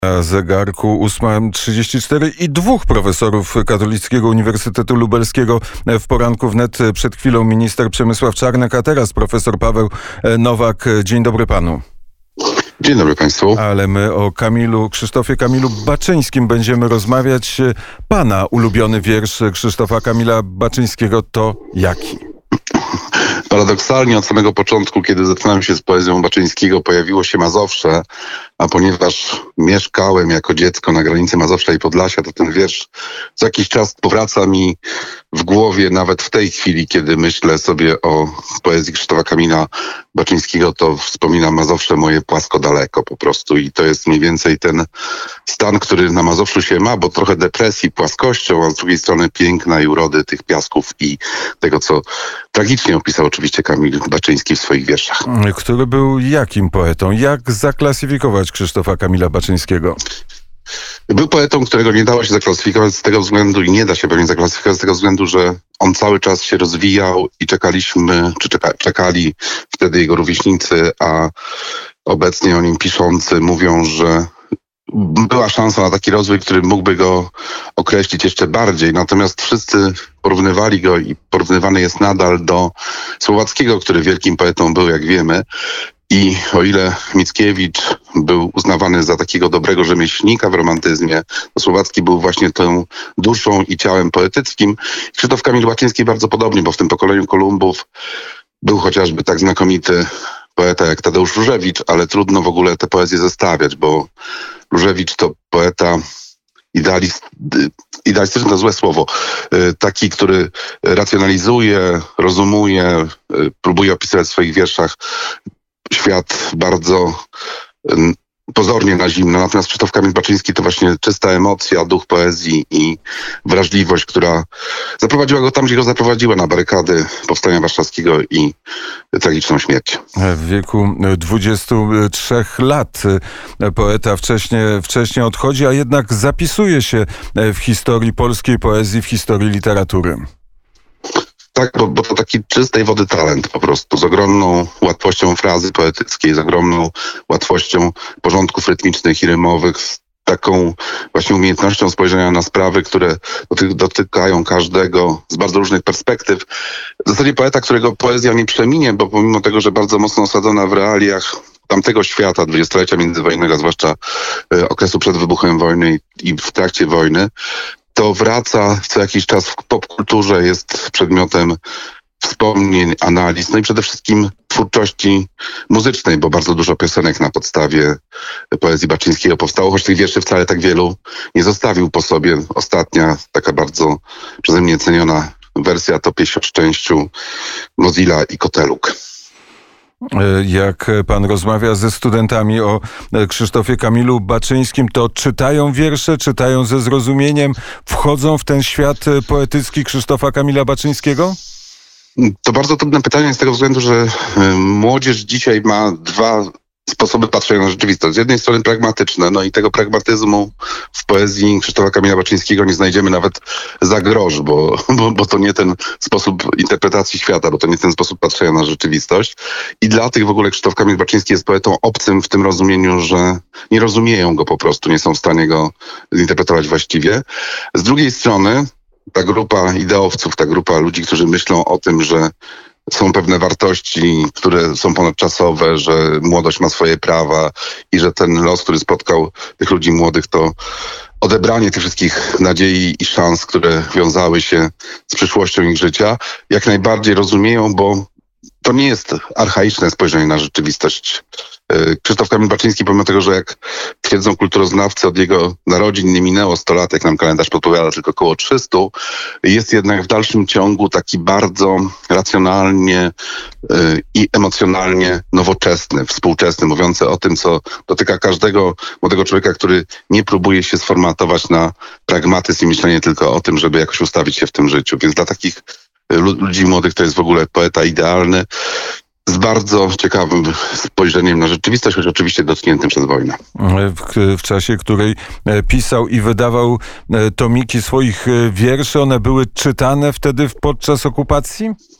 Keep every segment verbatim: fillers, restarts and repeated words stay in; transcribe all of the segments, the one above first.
Na zegarku ósma trzydzieści cztery i dwóch profesorów Katolickiego Uniwersytetu Lubelskiego w poranku wnet. Przed chwilą minister Przemysław Czarnek, a teraz profesor Paweł Nowak. Dzień dobry panu. Dzień dobry państwu. Ale my o Kamilu, Krzysztofie Kamilu Baczyńskim będziemy rozmawiać. Pana ulubiony wiersz Krzysztofa Kamila Baczyńskiego to jaki? Paradoksalnie od samego początku, kiedy zaczynałem się z poezją Baczyńskiego, pojawiło się Mazowsze, a ponieważ mieszkałem jako dziecko na granicy Mazowsza i Podlasia, to ten wiersz co jakiś czas powraca mi w głowie, nawet w tej chwili, kiedy myślę sobie o poezji Krzysztofa Kamila Baczyńskiego, to wspominam Mazowsze moje płasko daleko po prostu i to jest mniej więcej ten stan, który na Mazowszu się ma, bo trochę depresji płaskością, a z drugiej strony piękna i urody tych piasków i tego, co tragicznie opisał oczywiście Kamil Baczyński w swoich wierszach. Który był jakim poetą? Jak zaklasyfikować Krzysztofa Kamila Baczyńskiego? Był poetą, którego nie dało się zaklasyfikować z tego względu i nie da się pewnie zaklasyfikować z tego względu, że on cały czas się rozwijał i czekaliśmy, czy czeka, czekali wtedy jego rówieśnicy, a obecnie o nim piszący mówią, że była szansa na taki rozwój, który mógłby go określić jeszcze bardziej. Natomiast wszyscy porównywali go i porównywany jest nadal do Słowackiego, który wielkim poetą był, jak wiemy. I o ile Mickiewicz był uznawany za takiego dobrego rzemieślnika w romantyzmie, to Słowacki był właśnie tą duszą i ciałem poetyckim. Krzysztof Kamil Baczyński bardzo podobnie, bo w tym pokoleniu Kolumbów był chociażby tak znakomity poeta jak Tadeusz Różewicz, ale trudno w ogóle tę poezję zestawiać, bo Różewicz to poeta idealist, idealistyczne to złe słowo, taki, który racjonalizuje, rozumuje, próbuje opisywać w swoich wierszach świat bardzo pozornie na zimno. Natomiast Krzysztof Kamil Baczyński to właśnie czysta emocja, duch poezji i wrażliwość, która zaprowadziła go tam, gdzie go zaprowadziła, na barykady Powstania Warszawskiego i tragiczną śmierć. W wieku dwudziestu trzech lat poeta wcześniej, wcześniej odchodzi, a jednak zapisuje się w historii polskiej poezji, w historii literatury. Tak, bo, bo to taki czystej wody talent po prostu, z ogromną łatwością frazy poetyckiej, z ogromną łatwością porządków rytmicznych i rymowych, z taką właśnie umiejętnością spojrzenia na sprawy, które doty- dotykają każdego z bardzo różnych perspektyw. W zasadzie poeta, którego poezja nie przeminie, bo pomimo tego, że bardzo mocno osadzona w realiach tamtego świata, dwudziestolecia międzywojennego, zwłaszcza y, okresu przed wybuchem wojny i, i w trakcie wojny, to wraca co jakiś czas w popkulturze, jest przedmiotem wspomnień, analiz, no i przede wszystkim twórczości muzycznej, bo bardzo dużo piosenek na podstawie poezji Baczyńskiego powstało, choć tych wierszy wcale tak wielu nie zostawił po sobie. Ostatnia, taka bardzo przeze mnie ceniona wersja to pieśń o szczęściu Mozilla i Koteluk. Jak pan rozmawia ze studentami o Krzysztofie Kamilu Baczyńskim, to czytają wiersze, czytają ze zrozumieniem, wchodzą w ten świat poetycki Krzysztofa Kamila Baczyńskiego? To bardzo trudne pytanie z tego względu, że młodzież dzisiaj ma dwa sposoby patrzenia na rzeczywistość. Z jednej strony pragmatyczne, no i tego pragmatyzmu w poezji Krzysztofa Kamila Baczyńskiego nie znajdziemy nawet za grosz, bo, bo, bo to nie ten sposób interpretacji świata, bo to nie ten sposób patrzenia na rzeczywistość. I dla tych w ogóle Krzysztof Kamil Baczyński jest poetą obcym w tym rozumieniu, że nie rozumieją go po prostu, nie są w stanie go zinterpretować właściwie. Z drugiej strony ta grupa ideowców, ta grupa ludzi, którzy myślą o tym, że są pewne wartości, które są ponadczasowe, że młodość ma swoje prawa i że ten los, który spotkał tych ludzi młodych, to odebranie tych wszystkich nadziei i szans, które wiązały się z przyszłością ich życia, jak najbardziej rozumieją, bo to nie jest archaiczne spojrzenie na rzeczywistość. Krzysztof Kamil Baczyński, pomimo tego, że jak twierdzą kulturoznawcy, od jego narodzin nie minęło sto lat, jak nam kalendarz podpowiada, tylko około trzysta, jest jednak w dalszym ciągu taki bardzo racjonalnie yy, i emocjonalnie nowoczesny, współczesny, mówiący o tym, co dotyka każdego młodego człowieka, który nie próbuje się sformatować na pragmatyzm i myślenie tylko o tym, żeby jakoś ustawić się w tym życiu. Więc dla takich ludzi młodych to jest w ogóle poeta idealny, z bardzo ciekawym spojrzeniem na rzeczywistość, choć oczywiście dotkniętym przez wojnę. W, w czasie, której pisał i wydawał tomiki swoich wierszy, one były czytane wtedy podczas okupacji?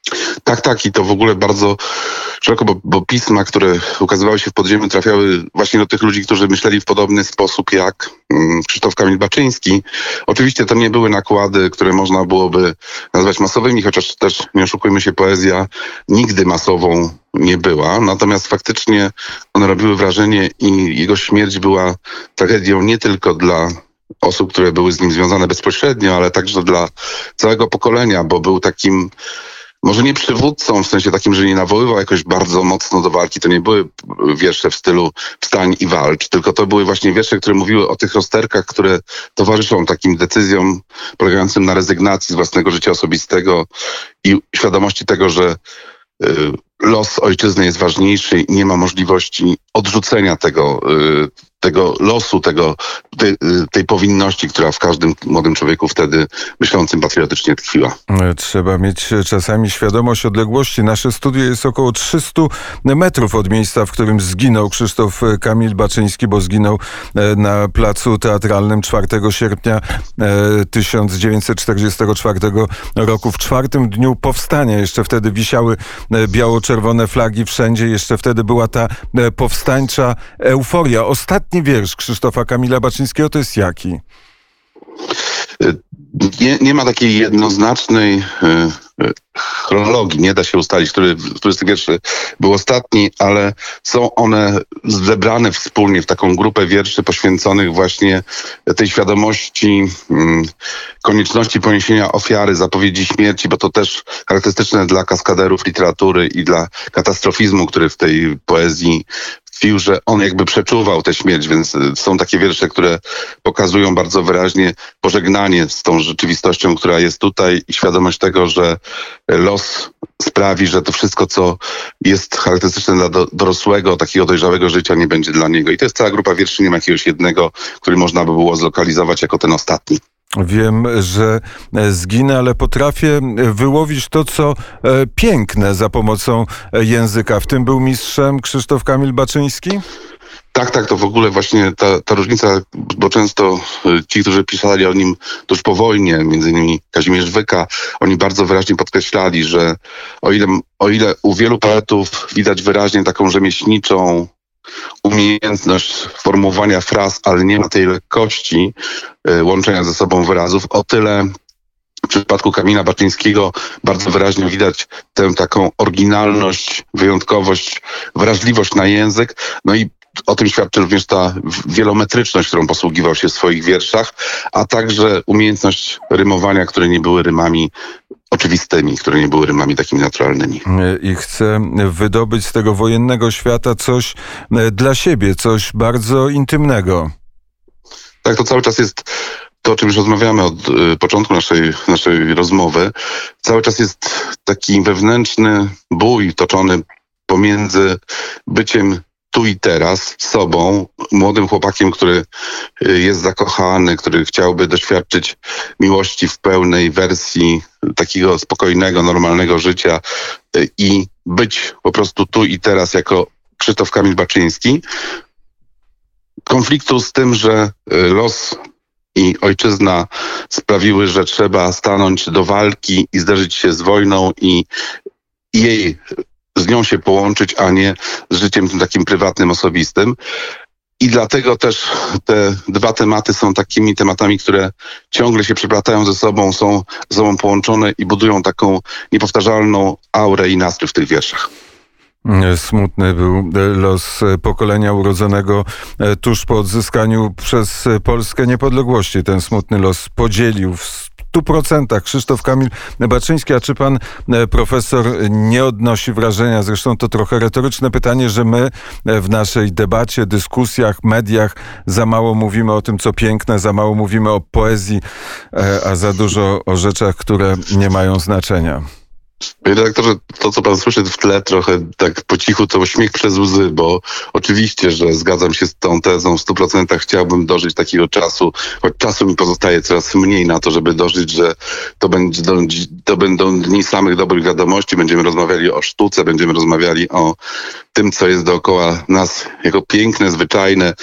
Tak, tak i to w ogóle bardzo szeroko, bo, bo pisma, które ukazywały się w podziemiu, trafiały właśnie do tych ludzi, którzy myśleli w podobny sposób jak mm, Krzysztof Kamil Baczyński. Oczywiście to nie były nakłady, które można byłoby nazwać masowymi, chociaż też nie oszukujmy się, poezja nigdy masową nie była. Natomiast faktycznie one robiły wrażenie i jego śmierć była tragedią nie tylko dla osób, które były z nim związane bezpośrednio, ale także dla całego pokolenia, bo był takim może nie przywódcą, w sensie takim, że nie nawoływał jakoś bardzo mocno do walki. To nie były wiersze w stylu wstań i walcz, tylko to były właśnie wiersze, które mówiły o tych rozterkach, które towarzyszą takim decyzjom polegającym na rezygnacji z własnego życia osobistego i świadomości tego, że y, los ojczyzny jest ważniejszy i nie ma możliwości odrzucenia tego, y, tego losu, tego, tej, tej powinności, która w każdym młodym człowieku wtedy myślącym patriotycznie tkwiła. Trzeba mieć czasami świadomość odległości. Nasze studio jest około trzysta metrów od miejsca, w którym zginął Krzysztof Kamil Baczyński, bo zginął na Placu Teatralnym czwartego sierpnia tysiąc dziewięćset czterdziestego czwartego roku. W czwartym dniu powstania jeszcze wtedy wisiały biało-czerwone flagi wszędzie. Jeszcze wtedy była ta powstańcza euforia. Ostatni wiersz Krzysztofa Kamila Baczyńskiego to jest jaki? Nie, nie ma takiej jednoznacznej y, chronologii, nie da się ustalić, który, który z tych wierszy był ostatni, ale są one zebrane wspólnie w taką grupę wierszy poświęconych właśnie tej świadomości y, konieczności poniesienia ofiary, zapowiedzi śmierci, bo to też charakterystyczne dla kaskaderów literatury i dla katastrofizmu, który w tej poezji tkwił, że on jakby przeczuwał tę śmierć, więc są takie wiersze, które pokazują bardzo wyraźnie pożegnanie z tą rzeczywistością, która jest tutaj i świadomość tego, że los sprawi, że to wszystko, co jest charakterystyczne dla do, dorosłego, takiego dojrzałego życia, nie będzie dla niego. I to jest cała grupa wierszy, nie ma jakiegoś jednego, który można by było zlokalizować jako ten ostatni. Wiem, że zginę, ale potrafię wyłowić to, co piękne za pomocą języka. W tym był mistrzem Krzysztof Kamil Baczyński? Tak, tak, to w ogóle właśnie ta, ta różnica, bo często ci, którzy pisali o nim tuż po wojnie, między innymi Kazimierz Wyka, oni bardzo wyraźnie podkreślali, że o ile, o ile u wielu poetów widać wyraźnie taką rzemieślniczą umiejętność formułowania fraz, ale nie ma tej lekkości y, łączenia ze sobą wyrazów, o tyle w przypadku Kamila Baczyńskiego bardzo wyraźnie widać tę taką oryginalność, wyjątkowość, wrażliwość na język, no i o tym świadczy również ta wielometryczność, którą posługiwał się w swoich wierszach, a także umiejętność rymowania, które nie były rymami oczywistymi, które nie były rymami takimi naturalnymi. I chce wydobyć z tego wojennego świata coś dla siebie, coś bardzo intymnego. Tak, to cały czas jest to, o czym już rozmawiamy od y, początku naszej, naszej rozmowy. Cały czas jest taki wewnętrzny bój toczony pomiędzy byciem tu i teraz sobą, młodym chłopakiem, który jest zakochany, który chciałby doświadczyć miłości w pełnej wersji takiego spokojnego, normalnego życia i być po prostu tu i teraz jako Krzysztof Kamil Baczyński. Konfliktu z tym, że los i ojczyzna sprawiły, że trzeba stanąć do walki i zderzyć się z wojną i jej z nią się połączyć, a nie z życiem tym takim prywatnym, osobistym. I dlatego też te dwa tematy są takimi tematami, które ciągle się przeplatają ze sobą, są ze sobą połączone i budują taką niepowtarzalną aurę i nastrój w tych wierszach. Smutny był los pokolenia urodzonego tuż po odzyskaniu przez Polskę niepodległości. Ten smutny los podzielił w stu procentach Krzysztof Kamil Baczyński. A czy pan profesor nie odnosi wrażenia, zresztą to trochę retoryczne pytanie, że my w naszej debacie, dyskusjach, mediach za mało mówimy o tym, co piękne, za mało mówimy o poezji, a za dużo o rzeczach, które nie mają znaczenia? Panie redaktorze, to co pan słyszy w tle trochę tak po cichu, to śmiech przez łzy, bo oczywiście, że zgadzam się z tą tezą w stu procentach. Chciałbym dożyć takiego czasu, choć czasu mi pozostaje coraz mniej na to, żeby dożyć, że to, będzie, to będą dni samych dobrych wiadomości. Będziemy rozmawiali o sztuce, będziemy rozmawiali o tym, co jest dookoła nas jako piękne, zwyczajne,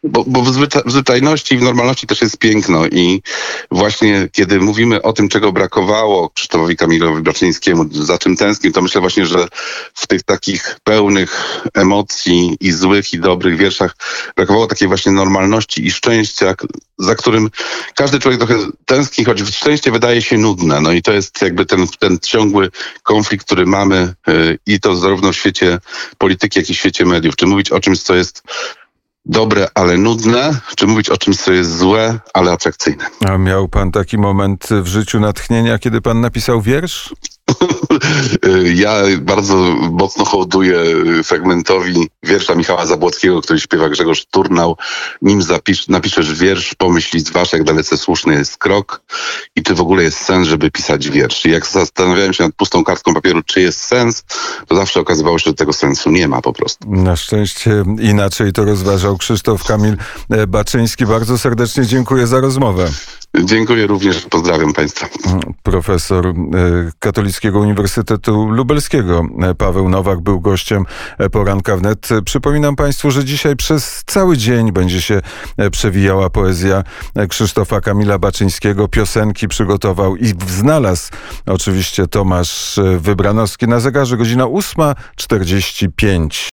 Bo, bo w, zwycza, w zwyczajności i w normalności też jest piękno i właśnie kiedy mówimy o tym, czego brakowało Krzysztofowi Kamilowi Baczyńskiemu, za czym tęsknił, to myślę właśnie, że w tych takich pełnych emocji i złych i dobrych wierszach brakowało takiej właśnie normalności i szczęścia, za którym każdy człowiek trochę tęskni, choć szczęście wydaje się nudne. No i to jest jakby ten, ten ciągły konflikt, który mamy yy, i to zarówno w świecie polityki, jak i w świecie mediów. Czy mówić o czymś, co jest dobre, ale nudne, czy mówić o czymś, co jest złe, ale atrakcyjne. A miał pan taki moment w życiu natchnienia, kiedy pan napisał wiersz? Ja bardzo mocno hołduję fragmentowi wiersza Michała Zabłockiego, który śpiewa Grzegorz Turnał. Nim zapisz, napiszesz wiersz, pomyśl i zważ, jak dalece słuszny jest krok i czy w ogóle jest sens, żeby pisać wiersz. I jak zastanawiałem się nad pustą kartką papieru, czy jest sens, to zawsze okazywało się, że tego sensu nie ma po prostu. Na szczęście inaczej to rozważał Krzysztof Kamil Baczyński. Bardzo serdecznie dziękuję za rozmowę. Dziękuję również, pozdrawiam Państwa. Profesor Katolickiego Uniwersytetu Lubelskiego Paweł Nowak był gościem Poranka Wnet. Przypominam Państwu, że dzisiaj przez cały dzień będzie się przewijała poezja Krzysztofa Kamila Baczyńskiego. Piosenki przygotował i znalazł oczywiście Tomasz Wybranowski. Na zegarze godzina ósma czterdzieści pięć.